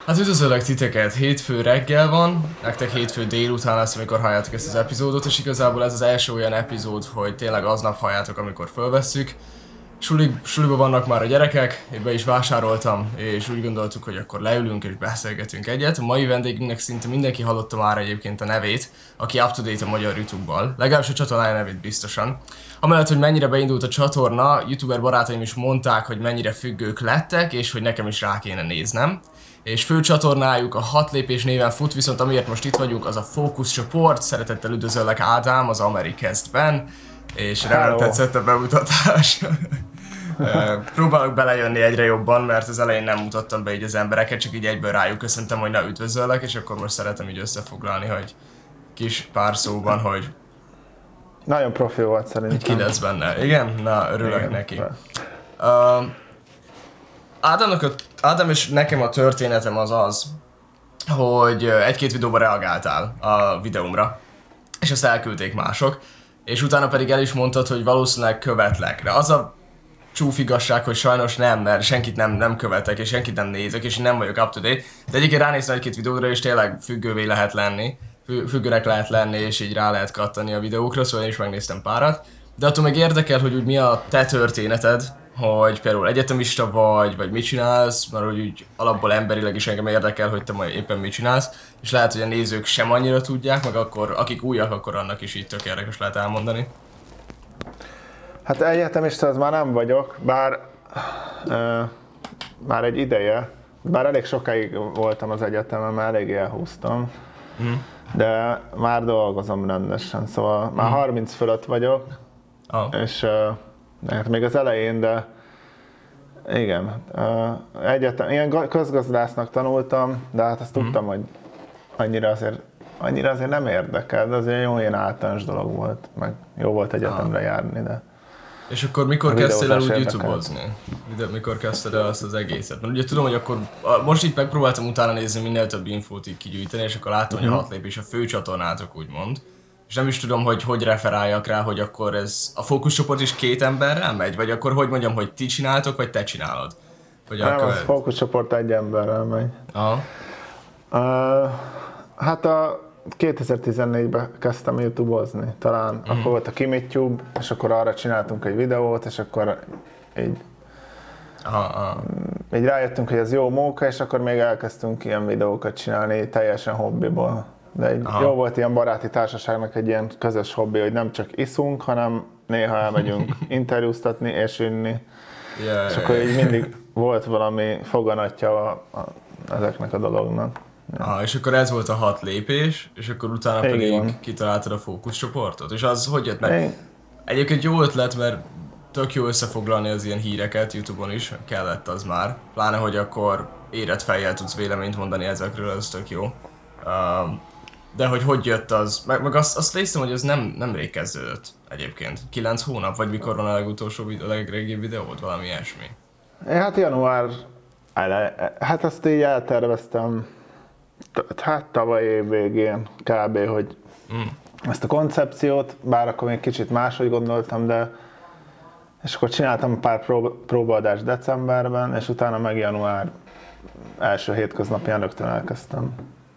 Hát üdvözöllek titeket, hétfő reggel van, nektek hétfő délután lesz, amikor halljátok ezt az epizódot, és igazából ez az első olyan epizód, hogy tényleg aznap halljátok, amikor fölvesszük. Suliba vannak már a gyerekek, én be is vásároltam, és úgy gondoltuk, hogy akkor leülünk és beszélgetünk egyet. A mai vendégünknek szinte mindenki hallotta már egyébként a nevét, aki up-to-date a magyar YouTube-bal, legalábbis a csatornája nevét biztosan. Amellett, hogy mennyire beindult a csatorna, youtuber barátaim is mondták, hogy mennyire függők lettek, és hogy nekem is rá kéne néznem. És fő csatornájuk a 6 lépés néven fut, viszont amiért most itt vagyunk, az a Fókusz csoport. Szeretettel üdvözöllek Ádám, az Americast-ben, és remélem tetszett a bemutatás. Próbálok belejönni egyre jobban, mert az elején nem mutattam be így az embereket, csak így egyből rájuk köszöntem, hogy na üdvözöllek, és akkor most szeretem így összefoglalni, hogy kis pár szóban, hogy nagyon profi volt szerintem. Ki lesz benne. Igen? Na, örülök igen, neki. Ádám és nekem a történetem az, hogy egy-két videóban reagáltál a videómra, és azt elküldték mások, és utána pedig el is mondtad, hogy valószínűleg követlek. De az a csúfigasság, hogy sajnos nem, mert senkit nem követek, és senkit nem nézek, és én nem vagyok up-to-date. De egyébként ránéztem egy-két videóra, és tényleg függővé lehet lenni, függőnek lehet lenni, és így rá lehet kattani a videókra, szóval én is megnéztem párat. De attól meg érdekel, hogy úgy mi a te történeted, hogy például egyetemista vagy mit csinálsz, mert úgy alapból emberileg is engem érdekel, hogy te majd éppen mit csinálsz, és lehet, hogy a nézők sem annyira tudják, meg akkor akik újak, akkor annak is így tök érdekes lehet elmondani. Hát egyetemista az már nem vagyok, bár már egy ideje, bár elég sokáig voltam az egyetemen, már elég elhúztam, de már dolgozom rendesen, szóval már 30 fölött vagyok, és hát még az elején, de igen, ilyen közgazdásznak tanultam, de hát azt tudtam, hogy annyira azért nem érdekel, de azért jó ilyen általános dolog volt, meg jó volt egyetemre járni, de... És akkor mikor kezdtél el úgy YouTube-ozni? Mikor kezdted el azt az egészet? Mert ugye tudom, hogy akkor most itt megpróbáltam utána nézni, minél több infót így kigyűjteni, és akkor láttam, hogy a 6 lépés a fő csatornátok, úgymond. És nem is tudom, hogy referáljak rá, hogy akkor ez a fókuszcsoport is 2 emberrel megy? Vagy akkor hogy mondjam, hogy ti csináltok, vagy te csinálod? Vagy nem, a fókuszcsoport 1 emberrel megy. Aha. Hát a 2014-ben kezdtem YouTube-ozni, talán akkor volt a KimTube, és akkor arra csináltunk egy videót, és akkor így rájöttünk, hogy ez jó móka, és akkor még elkezdtünk ilyen videókat csinálni teljesen hobbiból. De jó volt ilyen baráti társaságnak egy ilyen közös hobbi, hogy nem csak iszunk, hanem néha elmegyünk interjúztatni és inni. És akkor így mindig volt valami foganatja ezeknek a dolognak. És akkor ez volt a 6 lépés, és akkor utána pedig kitaláltad a fókuszcsoportot. És az hogy jött meg? Egyébként jó ötlet, mert tök jó összefoglalni az ilyen híreket YouTube-on is, kellett az már. Pláne, hogy akkor érett fejjel tudsz véleményt mondani ezekről, az tök jó. De hogy jött az, meg azt néztem, hogy ez nem rég kezdődött egyébként. 9 hónap, vagy mikor van a legutolsó, a legrégibb videód, valami ilyesmi? Hát január, hát azt így elterveztem, hát tavaly év végén kb. Hogy ezt a koncepciót, bár akkor még kicsit máshogy gondoltam, de és akkor csináltam pár próbaadást decemberben, és utána meg január első hétköznapján rögtön elkezdtem.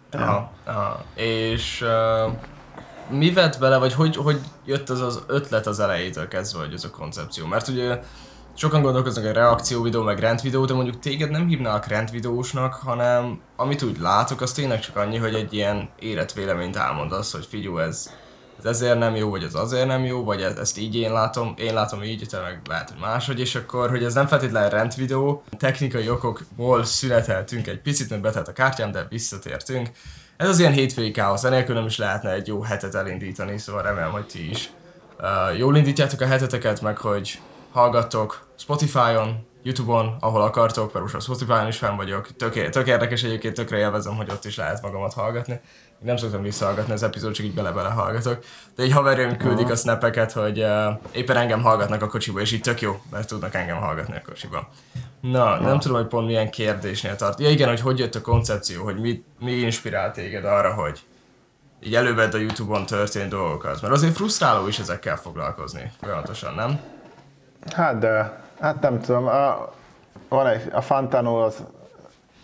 És mi vett bele, vagy hogy jött az ötlet az elejétől kezdve, hogy ez a koncepció? Mert ugye sokan gondolkoznak egy reakcióvideó, meg rendvideó, de mondjuk téged nem hívnálak rendvideósnak, hanem amit úgy látok, az tényleg csak annyi, hogy egy ilyen érett véleményt elmondasz, hogy figyelj, ez ezért nem jó, vagy ez azért nem jó, vagy ezt így én látom így, te meg lehet, hogy máshogy, és akkor, hogy ez nem feltétlenül rendvideó, technikai okokból születeltünk egy picit, mert betelt a kártyám, de visszatértünk. Ez az ilyen hétfői káosz, enélkül nem is lehetne egy jó hetet elindítani, szóval remélem, hogy ti is jól indítjátok a heteteket, meg hogy hallgattok Spotify-on, YouTube-on, ahol akartok, mert most a Spotify-on is fenn vagyok. Tök érdekes egyébként, tökre élvezem, hogy ott is lehet magamat hallgatni. Én nem szoktam visszahallgatni az epizód, csak így bele-bele hallgatok. De egy haverjaim küldik a snapeket, hogy éppen engem hallgatnak a kocsiba, és így tök jó, mert tudnak engem hallgatni a kocsiba. Na, nem tudom, hogy pont milyen kérdésnél tart. Ja igen, hogy jött a koncepció, hogy mi inspirált téged arra, hogy így elővedd a YouTube-on történt dolgokat. Mert azért frusztráló is ezekkel foglalkozni folyamatosan, nem? Hát nem tudom, van a Fantano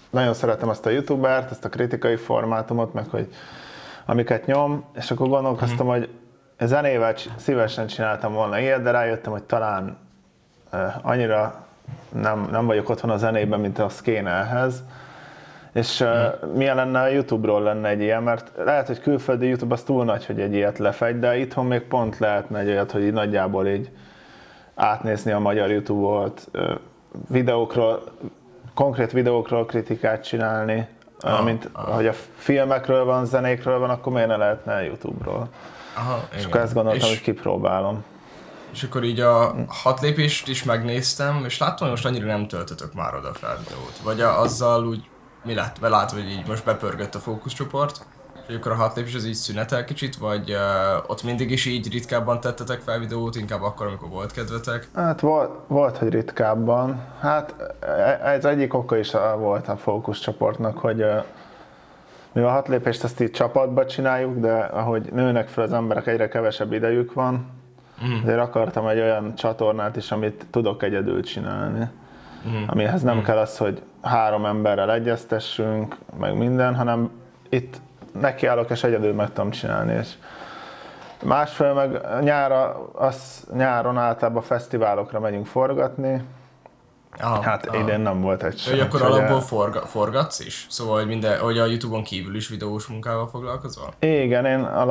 nagyon szeretem ezt a youtubert, ezt a kritikai formátumot, meg hogy amiket nyom, és akkor gondolkoztam, hogy zenével szívesen csináltam volna ilyet, de rájöttem, hogy talán annyira nem vagyok otthon a zenében, mint az kéne ehhez. És milyen lenne a YouTube-ról lenne egy ilyen, mert lehet, hogy külföldi YouTube az túl nagy, hogy egy ilyet lefegy, de itthon még pont lehetne egy olyat, hogy így nagyjából így átnézni a magyar YouTube-ot, videókról, konkrét videókról kritikát csinálni, mint hogy a filmekről van, zenékről van, akkor miért ne lehetne a YouTube-ról. És akkor ezt gondoltam, hogy kipróbálom. És akkor így a 6 lépést is megnéztem, és láttam, hogy most annyira nem töltötök már oda fel videót. Vagy azzal úgy, mi lett? Látod, hogy így most bepörgött a fókuszcsoport, és akkor a 6 lépés az így szünetel kicsit, vagy ott mindig is így ritkábban tettetek fel videót, inkább akkor, amikor volt kedvetek? Hát volt, hogy ritkábban. Hát ez egyik oka is volt a fókuszcsoportnak, hogy mivel a 6 lépést ezt így csapatba csináljuk, de ahogy nőnek fel az emberek, egyre kevesebb idejük van, ezért akartam egy olyan csatornát is, amit tudok egyedül csinálni. Amihez nem kell az, hogy 3 emberrel egyeztessünk, meg minden, hanem itt nekiállok és egyedül meg tudom csinálni. És másfél meg nyáron általában fesztiválokra megyünk forgatni. Hát idén nem volt egy sem. Hogy akkor alapból forgatsz is? Szóval, hogy a YouTube-on kívül is videós munkával foglalkozol? Igen,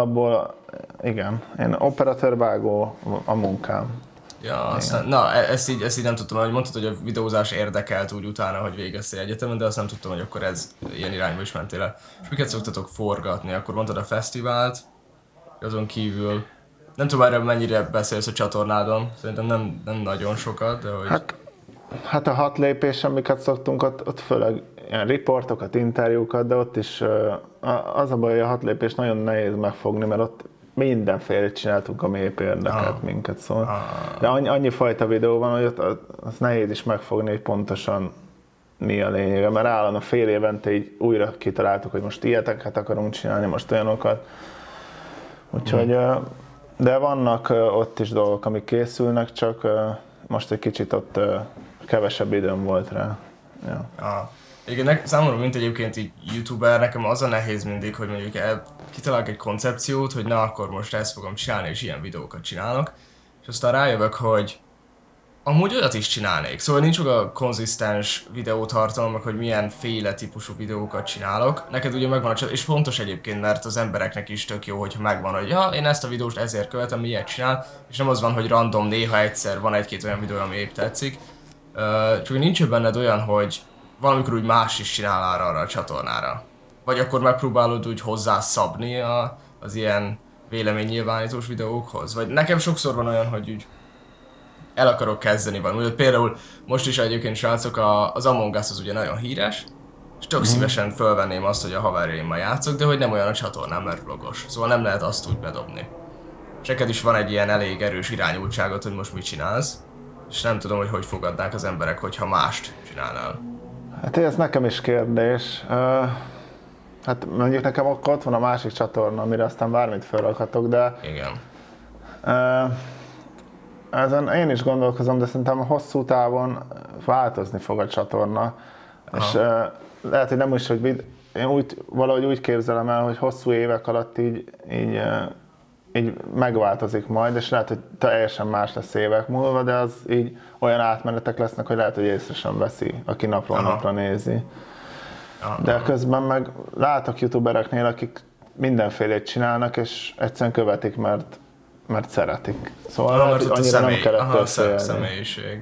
én operatőr-vágó a munkám. Ja, aztán, ezt így nem tudtam, hogy mondtad, hogy a videózás érdekelt úgy utána, hogy végeztél egyetemen, de azt nem tudtam, hogy akkor ez ilyen irányba is mentél el. És miket szoktatok forgatni? Akkor mondtad a fesztivált, azon kívül. Nem tudom erre mennyire beszélsz a csatornádon, szerintem nem nagyon sokat, de hogy... Hát a 6 lépés, amiket szoktunk, ott főleg ilyen riportokat, interjúkat, de ott is az a baj, hogy a 6 lépés nagyon nehéz megfogni, mert ott mindenféle csináltunk, ami épp érdekelt minket, szóval. De annyi fajta videó van, hogy ott az nehéz is megfogni, hogy pontosan mi a lényege, mert állandóan fél évente így újra kitaláltuk, hogy most ilyeteket akarunk csinálni, most olyanokat. Úgyhogy, de vannak ott is dolgok, amik készülnek, csak most egy kicsit ott kevesebb időm volt rá. Ja. Igen, számomra, mint egyébként így youtuber, nekem az a nehéz mindig, hogy mondjuk kitalálok egy koncepciót, hogy na akkor most ezt fogom csinálni, és ilyen videókat csinálok, és aztán rájövök, hogy amúgy olyat is csinálnék. Szóval nincs meg a konzisztens videótartalom, meg hogy milyen féle típusú videókat csinálok. Neked ugye megvan és fontos egyébként, mert az embereknek is tök jó, hogyha megvan, hogy ja, én ezt a videót ezért követem, miért csinál, és nem az van, hogy random néha egyszer van egy-két olyan videó, ami épp tetszik. Csak nincs benned olyan, hogy valamikor úgy más is csinál arra a csatornára. Vagy akkor megpróbálod úgy hozzászabni az ilyen véleménynyilvánítós videókhoz. Vagy nekem sokszor van olyan, hogy úgy el akarok kezdeni valamit. Például most is egyébként srácok, az Among Us az ugye nagyon híres, és tök szívesen fölvenném azt, hogy a haverjaimmal játszok, de hogy nem olyan a csatornám, mert vlogos. Szóval nem lehet azt úgy bedobni. És neked is van egy ilyen elég erős irányultságot, hogy most mit csinálsz, és nem tudom, hogy fogadnák az emberek, hogyha mást csinálnál. Hát ez nekem is kérdés. Hát mondjuk nekem akkor ott van a másik csatorna, amire aztán bármit felrakhatok, de... Igen. Ezen én is gondolkozom, de szerintem hosszú távon változni fog a csatorna. És lehet, hogy nem is, hogy én valahogy úgy képzelem el, hogy hosszú évek alatt így megváltozik majd, és lehet, hogy teljesen más lesz évek múlva, de az így olyan átmenetek lesznek, hogy lehet, hogy észre sem veszi, aki napról napra nézi. De közben meg látok youtubereknél, akik mindenfélét csinálnak, és egyszerűen követik, mert szeretik. Szóval annyira nem kellett összejelni. Személyiség.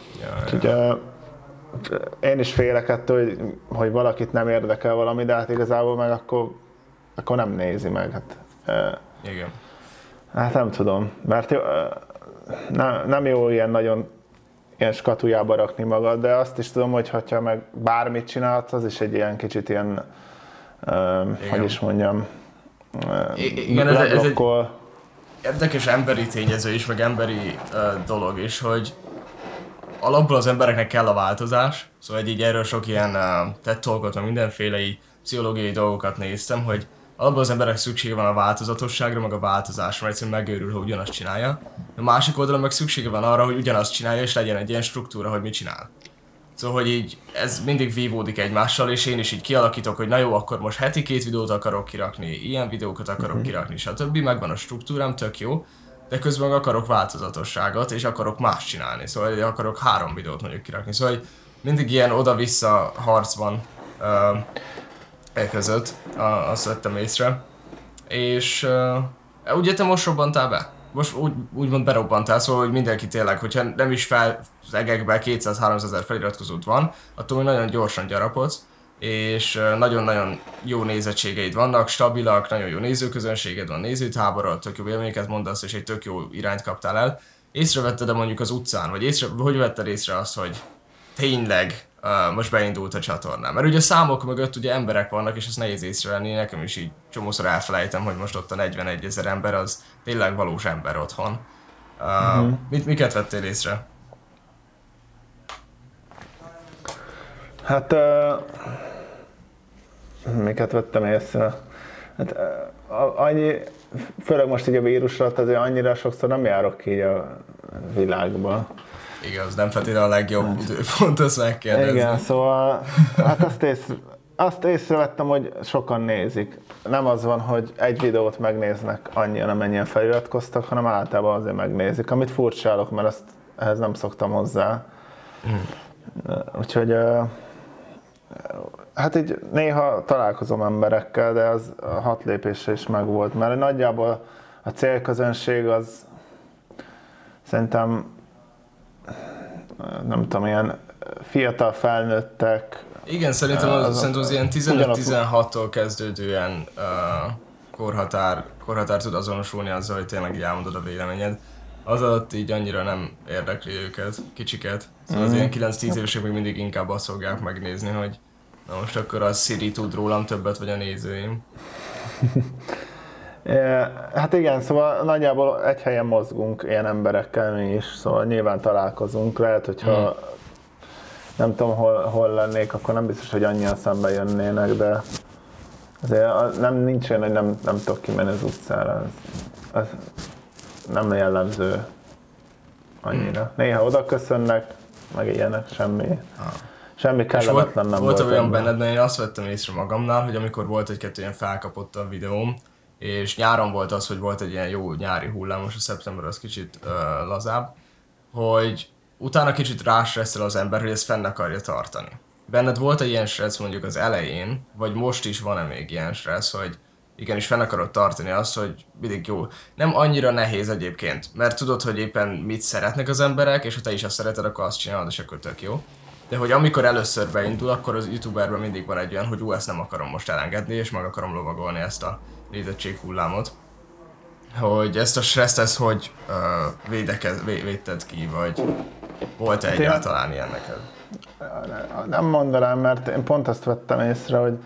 Én is félek ettől, hogy valakit nem érdekel valami, de hát igazából meg akkor nem nézi meg. Hát, igen. Hát nem tudom, mert nem jó ilyen nagyon ilyen skatujába rakni magad, de azt is tudom, hogy ha meg bármit csinálsz, az is egy ilyen kicsit ilyen, hogy is mondjam, igen, ez egy érdekes emberi tényező is, meg emberi dolog is, hogy alapból az embereknek kell a változás, szóval így erről sok ilyen TED Talkot, meg mindenféle pszichológiai dolgokat néztem, hogy alapból az emberek szüksége van a változatosságra, meg a változásra, mert egyszerűen megőrül, ha ugyanazt csinálja. A másik oldalon meg szüksége van arra, hogy ugyanazt csinálja, és legyen egy ilyen struktúra, hogy mit csinál. Szóval, hogy így ez mindig vívódik egymással, és én is így kialakítok, hogy na jó, akkor most heti 2 videót akarok kirakni, ilyen videókat akarok kirakni, stb. Megvan a struktúrám, tök jó, de közben akarok változatosságot, és akarok más csinálni, szóval akarok 3 videót mondjuk kirakni, szóval hogy mindig ilyen oda-vissza harc van között, azt vettem észre. És ugye te most robbantál be? Most úgymond berobbantál, szóval hogy mindenki tényleg, hogyha nem is fel az egekben 200-300 ezer feliratkozót van, attól még nagyon gyorsan gyarapodsz, és nagyon-nagyon jó nézettségeid vannak, stabilak, nagyon jó nézőközönséged van, nézőtáborod, tök jó élményeket mondasz, és egy tök jó irányt kaptál el. Észrevetted-e mondjuk az utcán, vagy hogy vetted észre azt, hogy tényleg most beindult a csatornám? Mert ugye a számok mögött ugye emberek vannak, és ezt nehéz észrevenni, nekem is így csomószor elfelejtem, hogy most ott a 41 000 ember, az tényleg valós ember otthon. Miket vettél észre? Hát, miket vettem észre? Hát, annyi, főleg most így a vírus alatt azért annyira sokszor nem járok ki a világba. Igaz, nem feltétlenül a legjobb időpont, azt megkérdezni. Igen, szóval hát azt észrevettem, hogy sokan nézik. Nem az van, hogy egy videót megnéznek annyian, amennyien feliratkoztak, hanem általában azért megnézik, amit furcsálok, mert ehhez nem szoktam hozzá. Úgyhogy hát így néha találkozom emberekkel, de az 6 lépésre is megvolt, mert nagyjából a célközönség az szerintem nem tudom, ilyen fiatal felnőttek. Igen, szerintem az ilyen 15-16-tól kezdődően korhatár tud azonosulni azzal, hogy tényleg így elmondod a véleményed. Az alatt így annyira nem érdekli őket, kicsiket. Szóval az ilyen 9-10 évesek még mindig inkább azt fogják megnézni, hogy na most akkor a Siri tud rólam többet, vagy a nézőim. Hát igen, szóval nagyjából egy helyen mozgunk ilyen emberekkel mi is, szóval nyilván találkozunk, lehet, hogyha nem tudom hol lennék, akkor nem biztos, hogy annyian szembe jönnének, de azért nincs olyan, hogy nem tudok kimenni az utcára, ez nem jellemző annyira. Néha oda köszönnek, meg ilyenek, semmi kellemetlen nem volt. Volt olyan benned, mert én azt vettem észre magamnál, hogy amikor volt egy-kettő ilyen felkapott a videóm, és nyáron volt az, hogy volt egy ilyen jó nyári hullám, most a szeptember az kicsit lazább, hogy utána kicsit rástresszel az ember, hogy ezt fenn akarja tartani. Benned volt egy ilyen stressz mondjuk az elején, vagy most is van-e még ilyen stressz, hogy igenis fenn akarod tartani azt, hogy mindig jó. Nem annyira nehéz egyébként, mert tudod, hogy éppen mit szeretnek az emberek, és ha te is azt szereted, akkor azt csinálod, és akkor tök jó. De hogy amikor először beindul, akkor az youtuberben mindig van egy olyan, hogy ezt nem akarom most elengedni, és meg akarom lovagolni ezt a nézettség hullámot. Hogy ezt a stresszt, ezt hogy védted ki, vagy volt-e egyáltalán ilyen neked? Nem mondanám, mert én pont azt vettem észre, hogy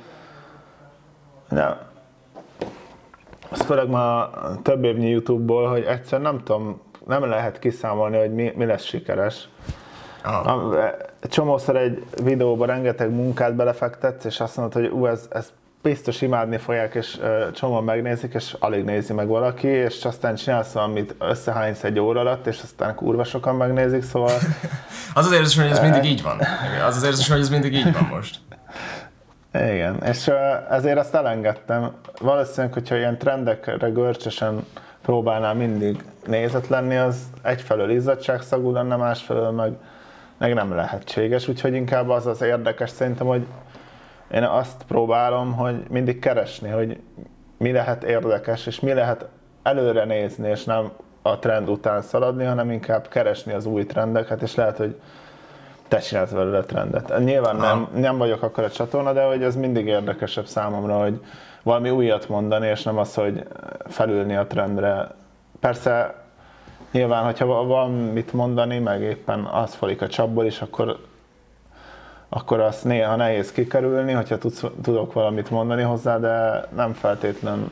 az főleg már több évnyi YouTube-ból, hogy egyszerűen nem tudom, nem lehet kiszámolni, hogy mi lesz sikeres. Csomószor egy videóban rengeteg munkát belefektetsz, és azt mondod, hogy ez biztos imádni fogják, és csomóan megnézik, és alig nézi meg valaki, és aztán csinálsz valamit, összehánysz egy óra alatt, és aztán kurva sokan megnézik, szóval... Az érzés, hogy ez mindig így van. Az érzés, hogy ez mindig így van most. Igen, és ezért azt elengedtem. Valószínűleg, hogyha ilyen trendekre görcsösen próbálnál mindig nézet lenni, az egyfelől izzadságszagú lenne, másfelől meg nem lehetséges, úgyhogy inkább az érdekes szerintem, hogy én azt próbálom, hogy mindig keresni, hogy mi lehet érdekes, és mi lehet előre nézni, és nem a trend után szaladni, hanem inkább keresni az új trendeket, és lehet, hogy te csinálsz belőle a trendet. Nyilván nem vagyok akkor a csatorna, de hogy ez mindig érdekesebb számomra, hogy valami újat mondani, és nem az, hogy felülni a trendre. Persze nyilván, hogyha van mit mondani, meg éppen az folyik a csapból is, akkor azt néha nehéz kikerülni, hogyha tudok valamit mondani hozzá, de nem feltétlen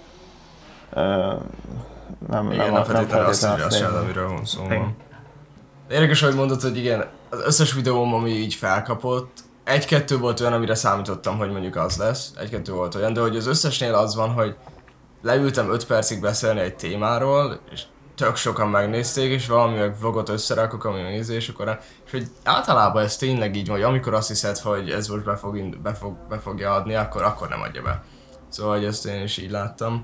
nem feltétlenül azt csinálod, amiről van szó. Érdekes, hogy mondod, hogy igen, az összes videóm, ami így felkapott, egy-kettő volt olyan, amire számítottam, hogy mondjuk az lesz, egy-kettő volt olyan, de hogy az összesnél az van, hogy leültem 5 percig beszélni egy témáról, és tök sokan megnézték, és valami meg vlogot összerakok, ami nézésekor, és hogy általában ez tényleg így vagy, amikor azt hiszed, hogy ez most be fogja adni, akkor nem adja be. Szóval hogy ezt én is így láttam.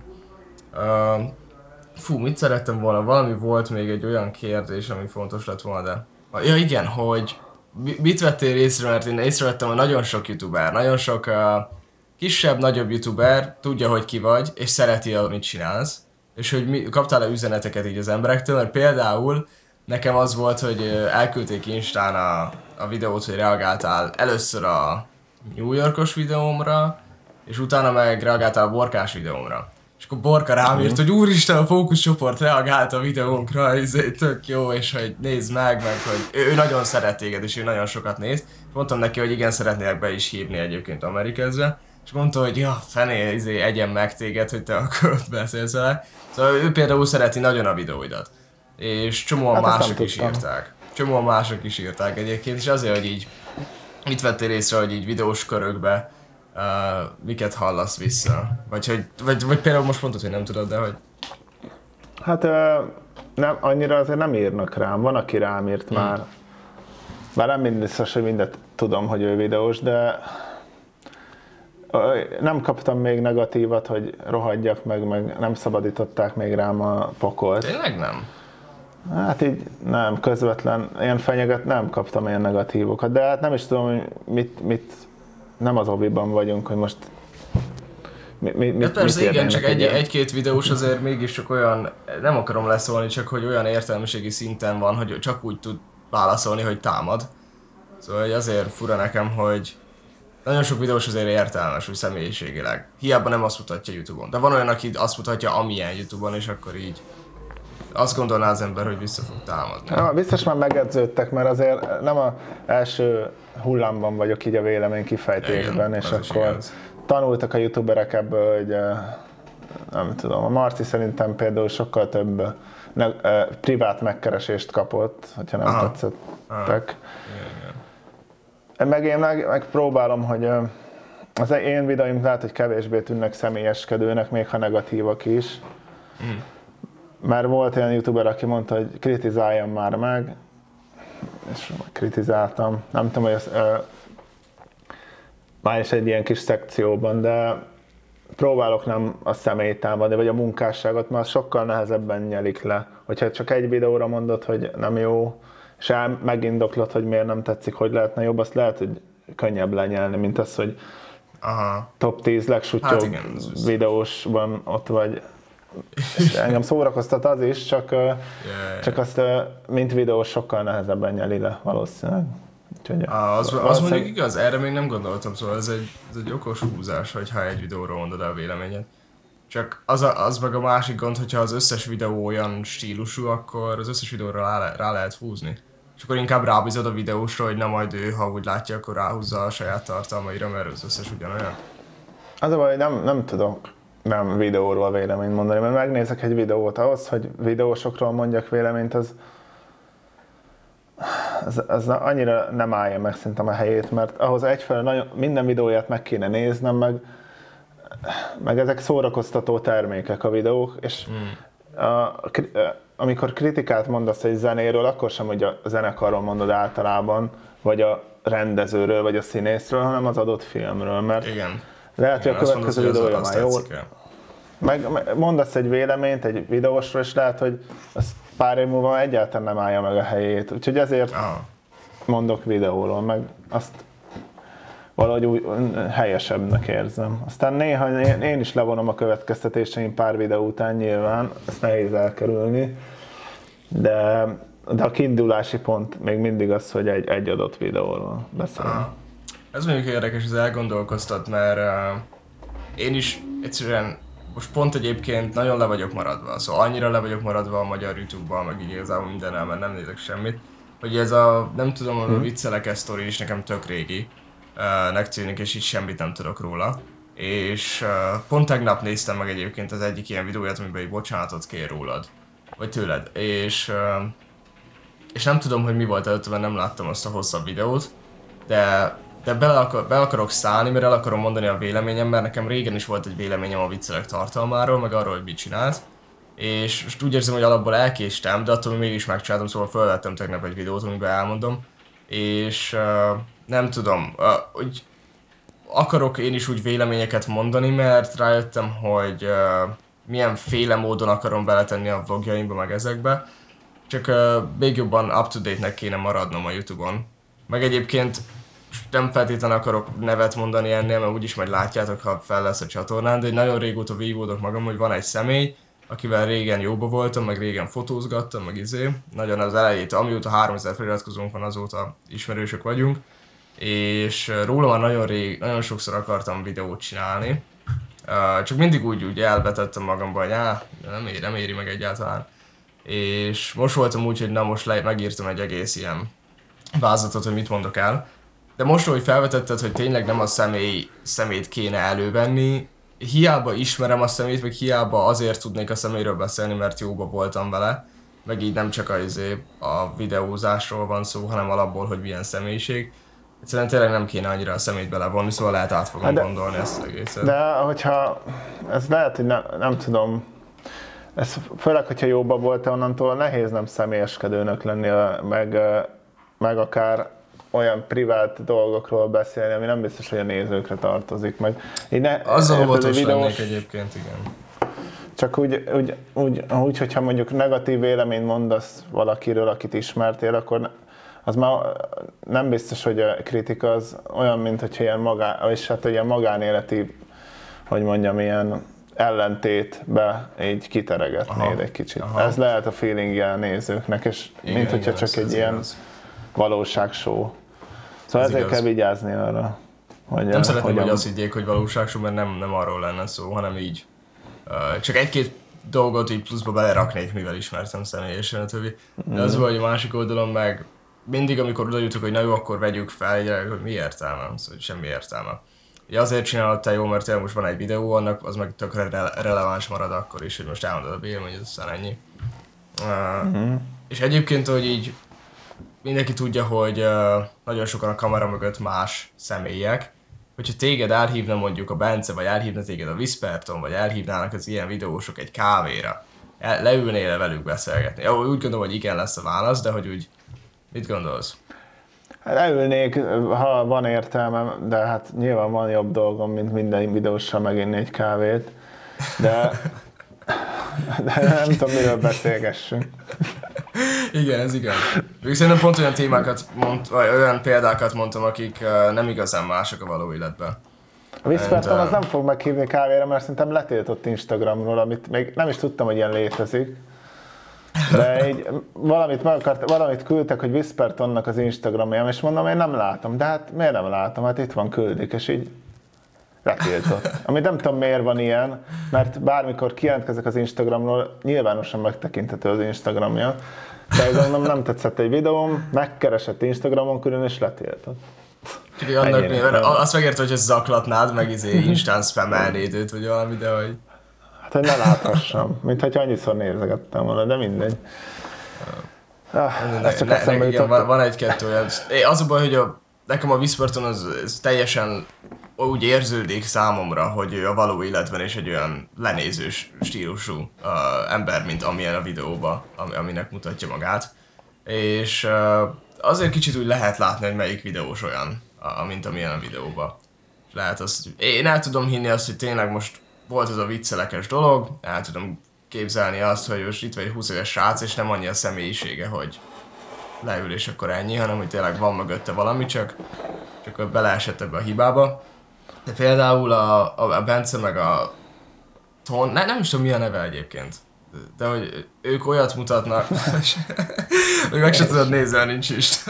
Mit szerettem volna? Valami volt még egy olyan kérdés, ami fontos lett volna, de... Ja igen, hogy mit vettél észre, mert én észrevettem, hogy nagyon sok youtuber, nagyon sok kisebb, nagyobb youtuber tudja, hogy ki vagy, és szereti, amit csinálsz. És hogy kaptál-e üzeneteket így az emberektől, mert például nekem az volt, hogy elküldték Instán a videót, hogy reagáltál először a New Yorkos videómra, és utána meg reagáltál a Borkás videómra. És akkor Borka rám írt, hogy úristen, a fókuszcsoport reagált a videónkra, ez tök jó, és hogy nézd meg, hogy ő nagyon szeret téged, és ő nagyon sokat néz. És mondtam neki, hogy igen, szeretnélek be is hívni egyébként Amerikezre. És mondta, hogy ja, fené, egyen meg téged, hogy te akkor ott beszélsz vele. Szóval ő például szereti nagyon a videóidat. És csomóan mások is írták. Csomóan mások is írták egyébként, és azért, hogy így mit vettél észre, hogy így videós körökbe miket hallasz vissza? Vagy például most mondtad, hogy nem tudod, de hogy... Hát nem, annyira azért nem írnak rám, van aki rám írt már. Bár nem biztos, hogy mindet tudom, hogy ő videós, de nem kaptam még negatívat, hogy rohadjak meg nem szabadították még rám a pokolt. Tényleg nem? Hát így nem, közvetlen, ilyen fenyeget nem kaptam ilyen negatívokat, de hát nem is tudom, hogy mit nem az hobbiban vagyunk, hogy most ja, persze igen, csak egy-két videós azért mégis csak olyan, nem akarom leszólni, csak hogy olyan értelmiségi szinten van, hogy csak úgy tud válaszolni, hogy támad. Szóval azért fura nekem, hogy nagyon sok videós azért értelmes, úgy személyiségileg. Hiába nem azt mutatja YouTube-on. De van olyan, aki azt mutatja, amilyen YouTube-on, és akkor így azt gondolná az ember, hogy vissza fog támadni. Ja, biztos már megedződtek, mert azért nem az első hullámban vagyok így a vélemény kifejtésben, igen, és akkor tanultak a youtuberek ebből, hogy nem tudom, a Marci szerintem például sokkal több privát megkeresést kapott, hogyha nem tetszettek. Meg én megpróbálom, hogy az én videóim lehet, hogy kevésbé tűnnek személyeskedőnek, még ha negatívak is. Mert volt olyan youtuber, aki mondta, hogy kritizáljam már meg, és kritizáltam. Nem tudom, hogy már is egy ilyen kis szekcióban, de próbálok nem a személyt támadni, vagy a munkásságot, mert sokkal nehezebben nyelik le. Hogyha csak egy videóra mondod, hogy nem jó, és megindoklod, hogy miért nem tetszik, hogy lehetne jobb, azt lehet, hogy könnyebb lenyelni, mint az, hogy top 10 legsútyóbb videósban ott vagy. És engem szórakoztat az is, csak azt mint videós sokkal nehezebben nyeli le valószínűleg. Az mondjuk igaz, erre még nem gondoltam, szóval ez egy okos húzás, hogyha egy videóról mondod el a véleményed. Csak az meg a másik gond, hogyha az összes videó olyan stílusú, akkor az összes videóra rá lehet húzni. És akkor inkább rábízod a videósra, hogy na majd ő, ha úgy látja, akkor ráhúzza a saját tartalmaira, mert az összes ugyanolyan. Az a baj, nem tudok nem videóról véleményt mondani, mert megnézek egy videót, ahhoz, hogy videósokról mondjak véleményt, az annyira nem állja meg szerintem a helyét, mert ahhoz egyfelől minden videóját meg kéne néznem, meg ezek szórakoztató termékek a videók, és amikor kritikát mondasz egy zenéről, akkor sem, hogy a zenekarról mondod általában, vagy a rendezőről, vagy a színészről, hanem az adott filmről, mert igen. Lehet, hogy a következő videója már jó. Meg mondasz egy véleményt egy videósról, és lehet, hogy az pár év múlva egyáltalán nem állja meg a helyét. Úgyhogy ezért mondok videóról, meg azt valahogy úgy helyesebbnek érzem. Aztán néha én is levonom a következtetéseim pár videó után nyilván, ezt nehéz elkerülni, de a kiindulási pont még mindig az, hogy egy adott videóról beszélünk. Ez mondjuk érdekes, ez elgondolkoztat, mert én is egyszerűen most pont egyébként nagyon le vagyok maradva, szóval annyira le vagyok maradva a magyar YouTube-ban, meg így igazából mindennel, mert nem nézek semmit, hogy ez nem tudom, a viccelek sztori is nekem tök régi, nek tűnik, és így semmit nem tudok róla. És pont tegnap néztem meg egyébként az egyik ilyen videóját, amiben egy bocsánatot kér rólad, vagy tőled, és nem tudom, hogy mi volt előtte, mert nem láttam azt a hosszabb videót, de be akarok szállni, mert el akarom mondani a véleményem, mert nekem régen is volt egy véleményem a viccelek tartalmáról, meg arról, hogy mit csinált. és most úgy érzem, hogy alapból elkéstem, de attól mégis megcsináltam, szóval felvettem tegnap egy videót, amiben elmondom, és nem tudom, hogy akarok én is úgy véleményeket mondani, mert rájöttem, hogy milyen féle módon akarom beletenni a vlogjaimba, meg ezekbe, csak még jobban up-to-date-nek kéne maradnom a YouTube-on. Meg egyébként nem feltétlenül akarok nevet mondani ennél, mert úgyis majd látjátok, ha fel lesz a csatornán, de egy nagyon régóta vívódok magam, hogy van egy személy, akivel régen jóba voltam, meg régen fotózgattam, meg nagyon az elejétől, amióta 3000 feliratkozónk van, azóta ismerősök vagyunk, és róla már nagyon sokszor akartam videót csinálni, csak mindig úgy elvetettem magamba, hogy nem éri meg egyáltalán. És most voltam úgy, hogy most megírtam egy egész ilyen vázatot, hogy mit mondok el. De most, hogy felvetetted, hogy tényleg nem a szemét kéne elővenni, hiába ismerem a szemét, meg hiába azért tudnék a személyről beszélni, mert jóba voltam vele, meg így nem csak a videózásról van szó, hanem alapból, hogy milyen személyiség. Egyszerűen tényleg nem kéne annyira a szemét belevonni, szóval lehet át fogom gondolni ezt az egészet. De hogyha, ez lehet, hogy nem tudom, ez főleg, hogyha jóba voltál, onnantól nehéz nem személyeskedőnök lenni, meg akár olyan privát dolgokról beszélni, ami nem biztos, hogy a nézőkre tartozik. Meg azzal óvatos lennék egyébként, igen. Csak úgy, hogyha mondjuk negatív véleményt mondasz valakiről, akit ismertél, akkor az már nem biztos, hogy a kritika az olyan, mint hogyha ilyen magánéleti, hogy mondjam, ilyen ellentétbe így kiteregetnéd egy kicsit. Aha. Ez lehet a feelingje a nézőknek, és igen, mint hogyha csak egy ilyen valóságshow. Szóval ezért kell vigyázni arra, hogy... Nem szeretném, hogy azt higgyék, hogy valóságshow, mert nem arról lenne szó, hanem így csak egy-két dolgot így pluszba beleraknék, mivel ismertem személyesen a többi. De az vagy a másik oldalon meg mindig, amikor oda jutok, hogy na jó, akkor vegyük fel, hogy mi értelme, szóval semmi értelme. Ugye azért csinálod te jó, mert most van egy videó, annak az meg tök releváns marad akkor is, hogy most elmondod a véleményt, aztán ennyi. És egyébként, hogy így mindenki tudja, hogy nagyon sokan a kamera mögött más személyek. Hogyha téged elhívna mondjuk a Bence, vagy elhívna téged a Whisperton, vagy elhívnának az ilyen videósok egy kávéra, leülnél velük beszélgetni? Úgy gondolom, hogy igen lesz a válasz, de hogy úgy mit gondolsz? Leülnék, ha van értelmem, de hát nyilván van jobb dolgom, mint minden videóssal meginni egy kávét, de nem tudom, miről beszélgessünk. Igen, ez igaz. Szerintem pont olyan témákat vagy olyan példákat mondtam, akik nem igazán mások a való életben. A Whisperton az nem fog meghívni kávéra, mert szerintem letiltott Instagramról, amit még nem is tudtam, hogy ilyen létezik. De így valamit küldtek, hogy Whispertonnak az Instagramján, és mondom, én nem látom. De hát miért nem látom? Hát itt van, küldik, és így letiltott. Ami nem tudom, miért van ilyen, mert bármikor kijelentkezek az Instagramról, nyilvánosan megtekinthető az Instagramja, de gondolom nem tetszett egy videóm, megkeresett Instagramon külön, és letiltott. Azt megérte, hogy ez zaklatnád, meg Instán spamelnéd őt, vagy valami, de hogy... Hát, hogy ne láthassam, mint hogy annyiszor nézegettem volna, de mindegy. Van egy-kettő olyan. Az a baj, hogy nekem a Whisperton az teljesen úgy érződik számomra, hogy ő a való életben is egy olyan lenézős stílusú ember, mint amilyen a videóban, aminek mutatja magát. És azért kicsit úgy lehet látni, hogy melyik videós olyan, mint amilyen a videóban. Lehet azt, én el tudom hinni azt, hogy tényleg most volt ez a viccelekes dolog, el tudom képzelni azt, hogy most itt vagy egy 20 éves srác, és nem annyi a személyisége, hogy leül és akkor ennyi, hanem hogy tényleg van mögötte valami, csak beleesett ebbe a hibába. De például a Bence meg a Ton, nem is tudom mi a neve egyébként, de hogy ők olyat mutatnak, hogy meg se tudod nézni, mert nincs is.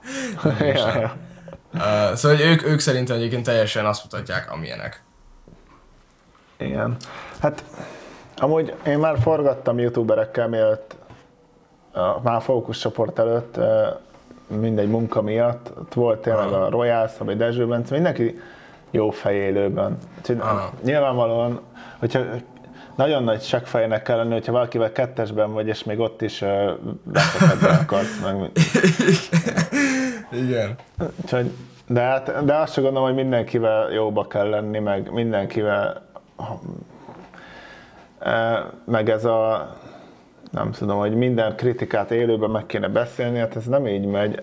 Szóval ők szerintem egyébként teljesen azt mutatják, amilyenek. Igen. Hát amúgy én már forgattam youtuberekkel, mielőtt már fókuszcsoport előtt, mindegy munka miatt, ott volt tényleg a Royal Szabé, Dezső Bence, mindenki jó fej élőben. Nyilvánvalóan, hogyha nagyon nagy seggfejnek kell lenni, hogyha valakivel kettesben vagy, és még ott is beszélgetni akarsz meg. Igen. De azt sem gondolom, hogy mindenkivel jóba kell lenni, meg mindenkivel meg ez a, nem tudom, hogy minden kritikát élőben meg kéne beszélni, hát ez nem így megy,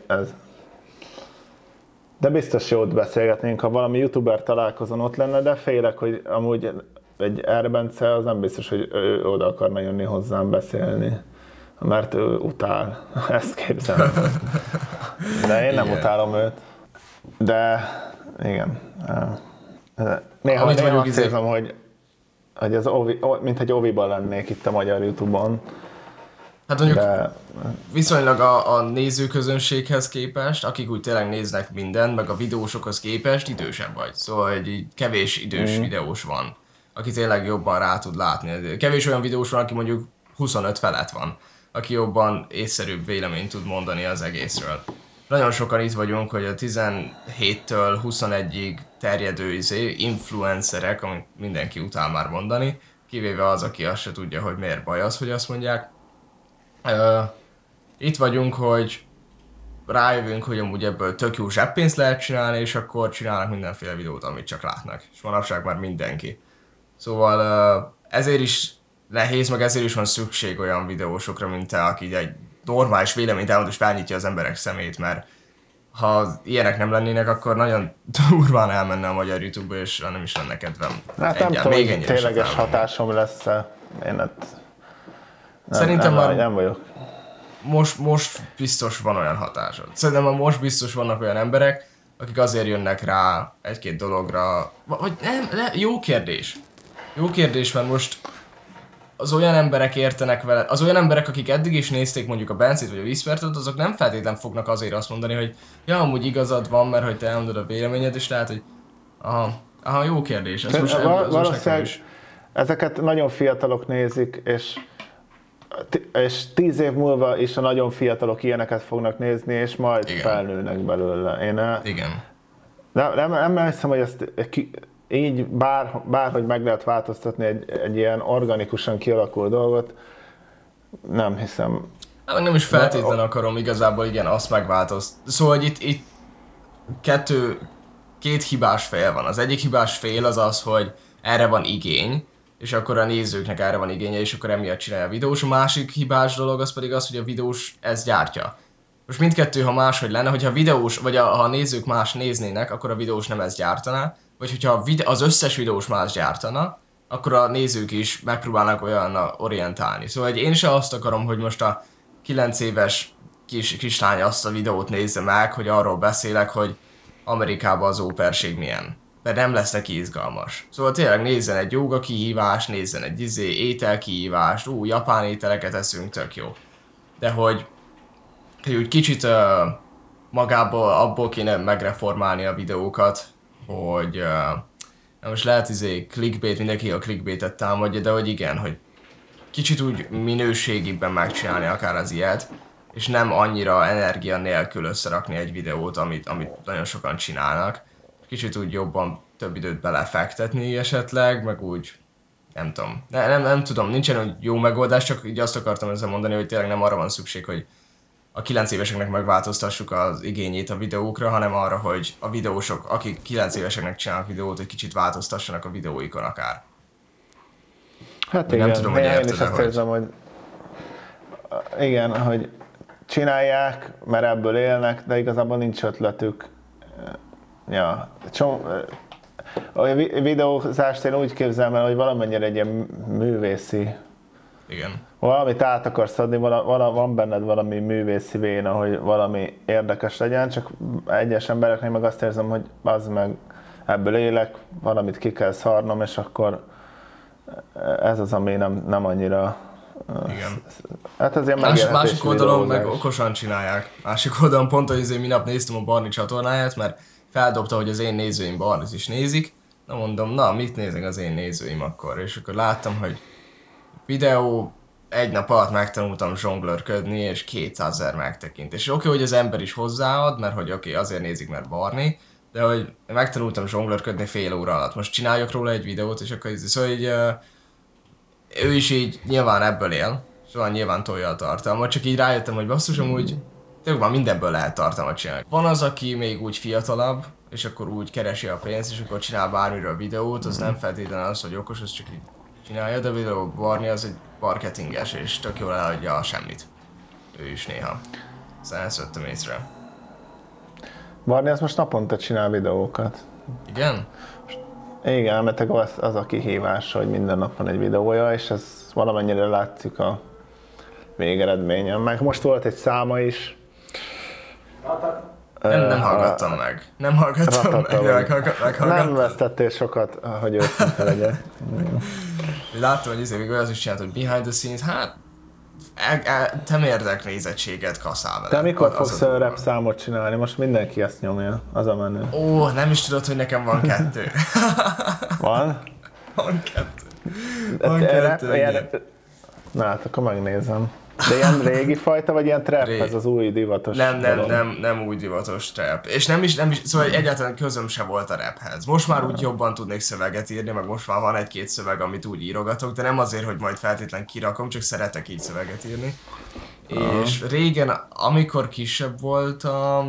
de biztos jót beszélgetnénk, ha valami youtuber találkozón ott lenne, de félek, hogy amúgy egy Erbence az nem biztos, hogy ő oda akarna jönni hozzám beszélni, mert ő utál, ezt képzelem. De én nem utálom őt. De igen. Néha azt érzem, hogy az mint egy Oviban lennék itt a magyar YouTube-on. Hát mondjuk viszonylag a nézőközönséghez képest, akik úgy tényleg néznek mindent, meg a videósokhoz képest idősebb vagy. Szóval egy kevés idős videós van, aki tényleg jobban rá tud látni. Kevés olyan videós van, aki mondjuk 25 felett van, aki jobban észszerűbb véleményt tud mondani az egészről. Nagyon sokan itt vagyunk, hogy a 17-től 21-ig terjedő influencerek, amit mindenki utál már mondani, kivéve az, aki azt se tudja, hogy miért baj az, hogy azt mondják. Itt vagyunk, hogy rájövünk, hogy amúgy ebből tök jó zseppénzt lehet csinálni, és akkor csinálnak mindenféle videót, amit csak látnak. És manapság már mindenki. Szóval ezért is nehéz, meg ezért is van szükség olyan videósokra, mint te, aki egy normális véleményt elmond, és felnyitja az emberek szemét, mert ha ilyenek nem lennének, akkor nagyon durván elmenne a magyar YouTube-ba, és nem is lenne kedvem. Hát nem tudom, hogy tényleges hatásom lesz-e. Szerintem nem vagyok. Most biztos van olyan hatásod. Szerintem most biztos vannak olyan emberek, akik azért jönnek rá egy-két dologra, vagy nem, jó kérdés. Jó kérdés, mert most az olyan emberek értenek vele, az olyan emberek, akik eddig is nézték mondjuk a Bencét vagy a Whispertot, azok nem feltétlenül fognak azért azt mondani, hogy ja, amúgy igazad van, mert hogy te elmondod a véleményed, és lehet, hogy aha, jó kérdés. Ez most valószínűleg ezeket nagyon fiatalok nézik, és 10 év múlva is a nagyon fiatalok ilyeneket fognak nézni, és majd felnőnek belőle. Igen. Nem hiszem, hogy ezt így bárhogy meg lehet változtatni egy ilyen organikusan kialakuló dolgot, nem hiszem. Nem is feltétlenül akarom igazából azt megváltoztatni. Szóval hogy itt két hibás fél van. Az egyik hibás fél az, hogy erre van igény, és akkor a nézőknek erre van igénye, és akkor emiatt csinálja a videós. A másik hibás dolog az pedig az, hogy a videós ezt gyártja. Most mindkettő, ha máshogy lenne, hogyha a videós, vagy ha a nézők más néznének, akkor a videós nem ezt gyártaná, vagy hogyha az összes videós más gyártana, akkor a nézők is megpróbálnak olyan orientálni. Szóval én sem azt akarom, hogy most a 9 éves kislány azt a videót nézze meg, hogy arról beszélek, hogy Amerikában az óperség milyen. Mert nem lesz neki izgalmas. Szóval tényleg nézzen egy jóga kihívást, nézzen egy étel kihívást, japán ételeket eszünk, tök jó. De hogy úgy kicsit magából abból kéne megreformálni a videókat, hogy most lehet clickbait, mindenki a clickbaitet támadja, de hogy igen, hogy kicsit úgy minőségében megcsinálni akár az ilyet, és nem annyira energia nélkül összerakni egy videót, amit nagyon sokan csinálnak. Kicsit úgy jobban több időt belefektetni esetleg, meg úgy, nem tudom. Nem tudom, nincsen úgy jó megoldás, csak így azt akartam ezzel mondani, hogy tényleg nem arra van szükség, hogy a 9 éveseknek megváltoztassuk az igényét a videókra, hanem arra, hogy a videósok, akik 9 éveseknek csinálnak videót, hogy kicsit változtassanak a videóikon akár. Hát igen, nem tudom, hogy én is azt érzem, hogy igen, hogy csinálják, mert ebből élnek, de igazából nincs ötletük. Ja, a videózást én úgy képzelem el, hogy valamennyire egy ilyen művészi. Igen. Valamit át akarsz adni, van benned valami művészi véna, hogy valami érdekes legyen, csak egyes embereknél meg azt érzem, hogy az meg ebből élek, valamit ki kell szarnom, és akkor ez az, ami nem annyira... Igen. Hát ez ilyen másik oldalon meg okosan csinálják. Másik oldalon pont, hogy azért minap néztem a Barni csatornáját, mert feldobta, hogy az én nézőim Barnit is nézik. Na mondom, mit néznek az én nézőim akkor? És akkor láttam, hogy videó, egy nap alatt megtanultam zsonglőrködni, és 200 000 megtekintés. És oké, hogy az ember is hozzáad, mert hogy azért nézik, mert Barni, de hogy megtanultam zsonglőrködni fél óra alatt. Most csináljak róla egy videót, és akkor szóval így, ő is így nyilván ebből él, szóval nyilván tolja a tartalmat, csak így rájöttem, hogy basszus, amúgy tényleg már mindenből lehet tartalmat csinálni. Van az, aki még úgy fiatalabb, és akkor úgy keresi a pénzt, és akkor csinál bármiről videót, az nem feltétlenül az, hogy okos, az csak így csinálja, de például Barni az egy marketinges, és tök jól eladja a semmit. Ő is néha. Szóval ezt vettem észre. Barni az most naponta csinál videókat. Igen? Igen, mert az a kihívás, hogy minden nap van egy videója, és ez valamennyire látszik a végeredményen. Meg most volt egy száma is. Nem hallgattam meg. Nem hallgattam meg. Nem vesztettél sokat, hogy őszinte legyek. Láttam, hogy még az is csinált, hogy behind the scenes, hát te mérdek nézettséget kaszál vele. Te mikor fogsz rap számot csinálni? Most mindenki ezt nyomja, az a menő. Ó, nem is tudod, hogy nekem van 2. Van? Van 2. Na hát akkor megnézem. De ilyen régi fajta, vagy ilyen trap, ez az új divatos? Nem új divatos trap. És nem is, szóval egyáltalán közöm se volt a raphez. Most már úgy jobban tudnék szöveget írni, meg most már van egy-két szöveg, amit úgy írogatok, de nem azért, hogy majd feltétlen kirakom, csak szeretek így szöveget írni. És régen, amikor kisebb voltam,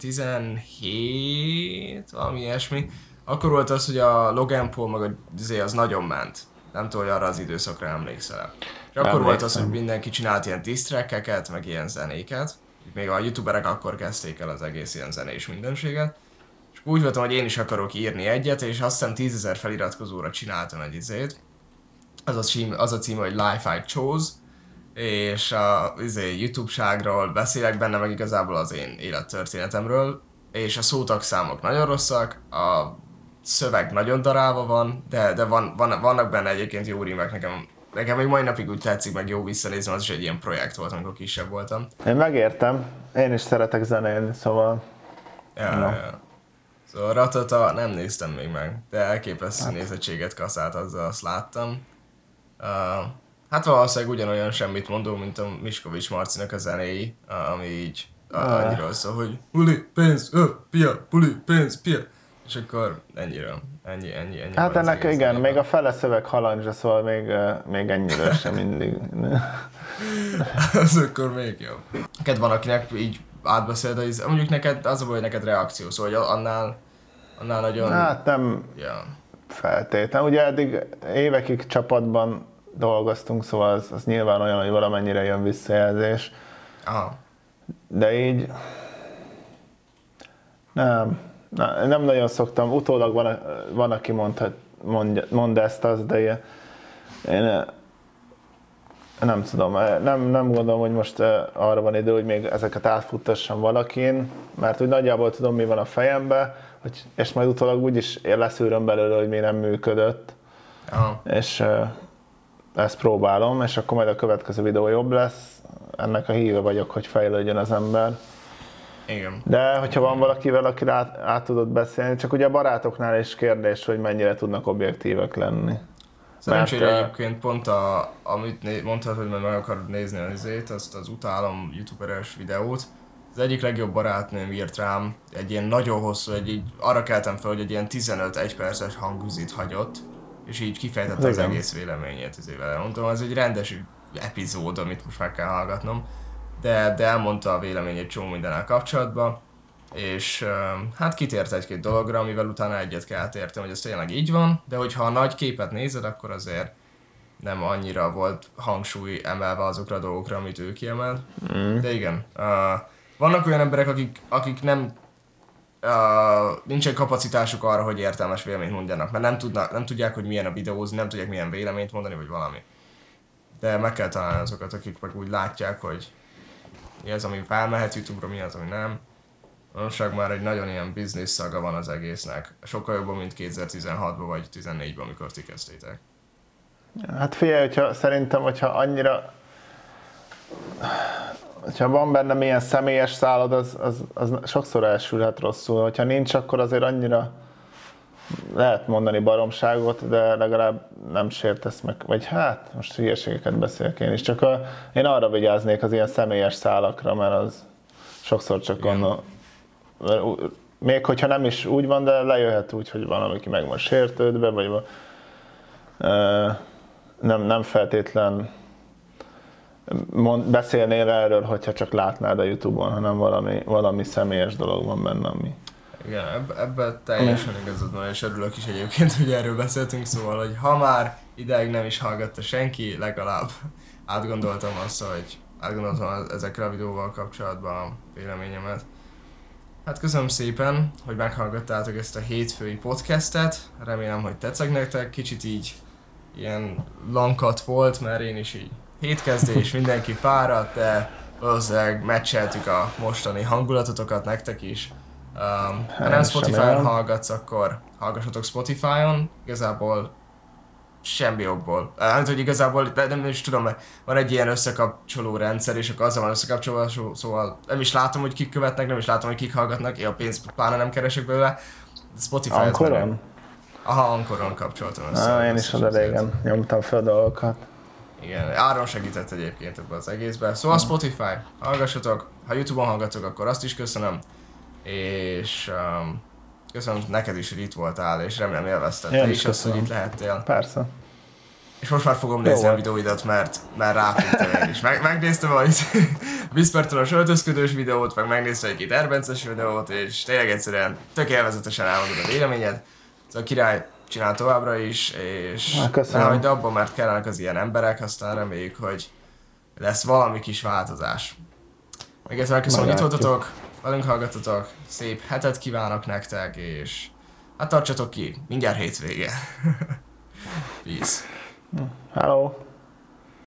17, valami ilyesmi, akkor volt az, hogy a Logan Paul meg az nagyon ment. Nem tudom, hogy arra az időszakra emlékszel. És akkor volt az, hogy mindenki csinált ilyen diss trackeket, meg ilyen zenéket. Még a youtuberek akkor kezdték el az egész ilyen zenés mindenséget. És úgy voltam, hogy én is akarok írni egyet, és azt hiszem 10 000 feliratkozóra csináltam egy izét. Az a címe, hogy Life I Chose. És a YouTube-ságról beszélek benne, meg igazából az én élettörténetemről. És a szótagszámok nagyon rosszak, a szöveg nagyon darálva van, de vannak benne egyébként jó rímek, nekem még mai napig úgy tetszik, meg jó visszanézni, az is egy ilyen projekt volt, amikor kisebb voltam. Én megértem, én is szeretek zenélni, szóval... Ja. Szóval Ratata nem néztem még meg, de elképesztő nézettséget kaszált, azzal azt láttam. Hát valószínűleg ugyanolyan semmit mondó, mint a Miskovics Marcinak a zenéi, ami így annyiról szól, hogy puli, pénz, pia, puli, pénz, pia. És akkor ennyiről. Ennyi. Hát ennek igen, még a fele szöveg halandzsa, szóval még ennyiről sem mindig. Az akkor még jobb. Neked van, akinek így átbeszéld, mondjuk neked az a baj, hogy neked reakció, szóval hogy annál nagyon... Hát nem feltétlen. Ugye eddig évekig csapatban dolgoztunk, szóval az nyilván olyan, hogy valamennyire jön visszajelzés. Aha. De így... Nem nagyon szoktam. Utólag van aki mond ezt, de én nem tudom. Nem gondolom, hogy most arra van idő, hogy még ezeket átfuttassam valakin, mert úgy nagyjából tudom, mi van a fejemben, és majd utólag úgyis leszűröm belőle, hogy mi nem működött. Aha. És ezt próbálom, és akkor majd a következő videó jobb lesz. Ennek a híve vagyok, hogy fejlődjön az ember. Igen. De hogyha van valakivel, aki át tudod beszélni, csak ugye a barátoknál is kérdés, hogy mennyire tudnak objektívek lenni. Szerencsére egyébként pont amit mondtad, hogy meg akarod nézni azt az utálom youtuberes videót. Az egyik legjobb barátnőm írt rám egy ilyen nagyon hosszú, arra keltem fel, hogy egy ilyen 15 egyperces hangüzit hagyott, és így kifejtette az egész véleményét vele. Mondtam, ez egy rendes epizód, amit most meg kell hallgatnom. De elmondta a véleményét csomó mindennel kapcsolatban, és hát kitért egy-két dologra, amivel utána egyet kellett értem, hogy ez tényleg így van, de hogyha a nagy képet nézed, akkor azért nem annyira volt hangsúly emelve azokra a dolgokra, amit ő kiemelt. De igen, vannak olyan emberek, akik nem nincsen kapacitásuk arra, hogy értelmes véleményt mondjanak, mert nem tudják, hogy milyen a videózni, nem tudják milyen véleményt mondani, vagy valami. De meg kell találni azokat, akik meg úgy látják, hogy mi az, ami felmehet YouTube-ra, mi az, ami nem. Manapság már egy nagyon ilyen business szaga van az egésznek. Sokkal jobban, mint 2016-ban vagy 2014-ben, amikor ti kezdtétek. Hát figyelj, szerintem, hogyha van benne milyen személyes szálad, az sokszor elsülhet rosszul. Hogyha nincs, akkor azért annyira lehet mondani baromságot, de legalább nem sértesz meg. Vagy hát, most hülyeségeket beszélek én is. Csak én arra vigyáznék az ilyen személyes szálakra, mert az sokszor csak gondolom. Még hogyha nem is úgy van, de lejöhet úgy, hogy van, aki meg van sértődve, vagy nem feltétlen beszélnél erről, hogyha csak látnád a YouTube-on, hanem valami személyes dolog van benne, ami... Igen, ebben teljesen igazad van, és örülök is egyébként, hogy erről beszéltünk, szóval, hogy ha már ideig nem is hallgatta senki, legalább átgondoltam ezekkel a videóval kapcsolatban a véleményemet. Hát köszönöm szépen, hogy meghallgattátok ezt a hétfői podcastet, remélem, hogy tetszett nektek, kicsit így ilyen lankat volt, mert én is így hétkezdés, mindenki fáradt, de valószínűleg meccseltük a mostani hangulatotokat nektek is. Ha nem Spotify-on hallgatsz, akkor hallgassatok Spotify-on, igazából semmi jobból. Hát, hogy igazából, nem is tudom, mert van egy ilyen összekapcsoló rendszer, és akkor azzal van összekapcsolva, szóval nem is látom, hogy kik követnek, nem is látom, hogy kik hallgatnak, én a pénzt pláne nem keresek belőle. Spotify-on? Anchoron? Aha, Anchoron kapcsoltam össze. Én is oda régen nyomtam fel dolgokat. Igen, Áron segített egyébként ebben az egészben. Szóval Spotify, hallgassatok, ha YouTube-on hallgatok, akkor azt is köszönöm. És köszönöm neked is, hogy itt voltál, és remélem élvezted te is azt, hogy itt lehettél. Persze. És most már fogom nézni a videóidat, mert ráfügtem én is. Megnéztem a Whispertonos öltözködős videót, meg megnéztem egy-két Erbences videót, és tényleg egyszerűen tök élvezetesen elmondod a véleményed. Szóval király, csinál továbbra is, és ne hagyd abba, mert kellenek az ilyen emberek, aztán reméljük, hogy lesz valami kis változás. Még egyszer köszönöm, hogy itt voltatok, velünk hallgattatok, szép hetet kívánok nektek, és hát tartsatok ki, mindjárt hétvége. Peace. Hello.